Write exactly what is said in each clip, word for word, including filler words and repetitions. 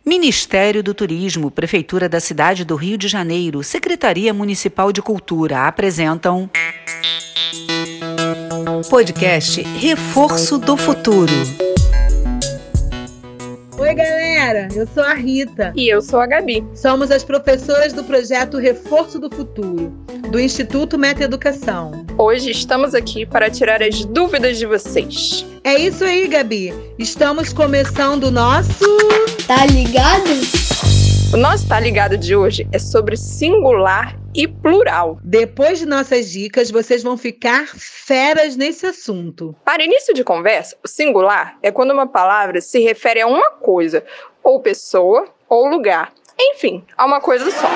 Ministério do Turismo, Prefeitura da Cidade do Rio de Janeiro, Secretaria Municipal de Cultura apresentam podcast Reforço do Futuro. Oi, galera! Eu sou a Rita. E eu sou a Gabi. Somos as professoras do projeto Reforço do Futuro, do Instituto Meta Educação. Hoje estamos aqui para tirar as dúvidas de vocês. É isso aí, Gabi. Estamos começando o nosso... Tá ligado? O nosso Tá Ligado de hoje é sobre singular e plural. Depois de nossas dicas, vocês vão ficar feras nesse assunto. Para início de conversa, o singular é quando uma palavra se refere a uma coisa, ou pessoa, ou lugar. Enfim, a uma coisa só.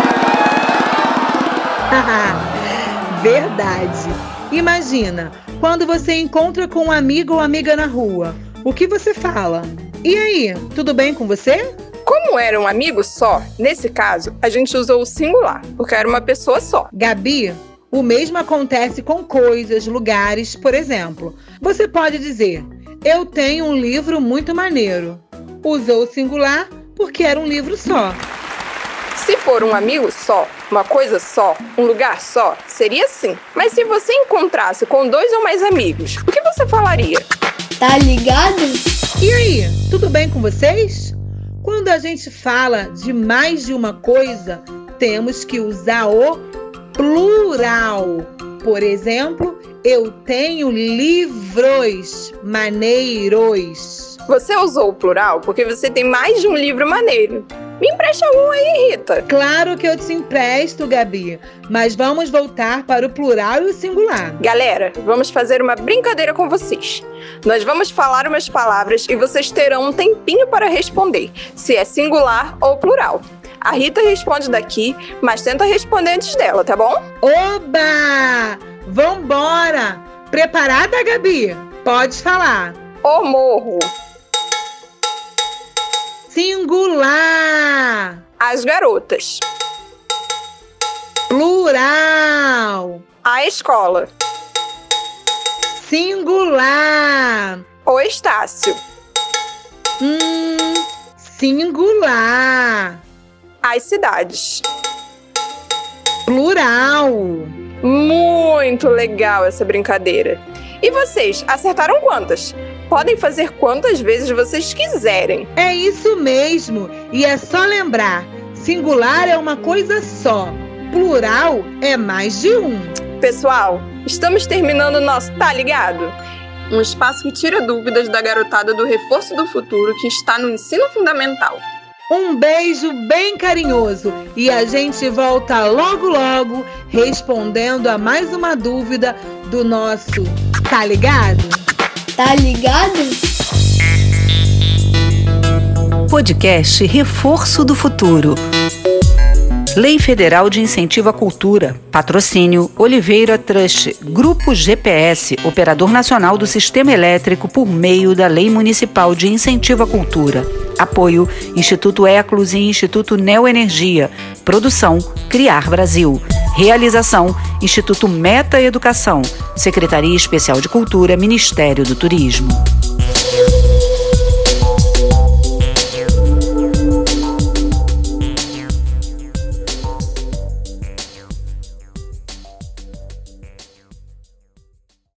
Verdade. Imagina, quando você encontra com um amigo ou amiga na rua, o que você fala? E aí, tudo bem com você? Como era um amigo só, nesse caso, a gente usou o singular, porque era uma pessoa só. Gabi, o mesmo acontece com coisas, lugares, por exemplo. Você pode dizer, eu tenho um livro muito maneiro. Usou o singular porque era um livro só. Se for um amigo só, uma coisa só, um lugar só, seria assim. Mas se você encontrasse com dois ou mais amigos, o que você falaria? Tá ligado? E aí, tudo bem com vocês? Quando a gente fala de mais de uma coisa, temos que usar o plural. Por exemplo, eu tenho livros maneiros. Você usou o plural porque você tem mais de um livro maneiro. Me empresta um aí, Rita. Claro que eu te empresto, Gabi. Mas vamos voltar para o plural e o singular. Galera, vamos fazer uma brincadeira com vocês. Nós vamos falar umas palavras e vocês terão um tempinho para responder se é singular ou plural. A Rita responde daqui, mas tenta responder antes dela, tá bom? Oba! Vambora! Preparada, Gabi? Pode falar. O morro. Singular. As garotas. Plural. A escola. Singular. O Estácio. Hum, singular. As cidades. Plural. Muito legal essa brincadeira. E vocês, acertaram quantas? Podem fazer quantas vezes vocês quiserem. É isso mesmo. E é só lembrar, singular é uma coisa só. Plural é mais de um. Pessoal, estamos terminando o nosso Tá Ligado? Um espaço que tira dúvidas da garotada do Reforço do Futuro que está no ensino fundamental. Um beijo bem carinhoso e a gente volta logo logo respondendo a mais uma dúvida do nosso Tá Ligado? Tá ligado? Podcast Reforço do Futuro. Lei Federal de Incentivo à Cultura. Patrocínio Oliveira Trust. Grupo G P S, Operador Nacional do Sistema Elétrico por meio da Lei Municipal de Incentivo à Cultura. Apoio Instituto Eclos e Instituto Neoenergia. Produção Criar Brasil. Realização Instituto Meta Educação. Secretaria Especial de Cultura, Ministério do Turismo.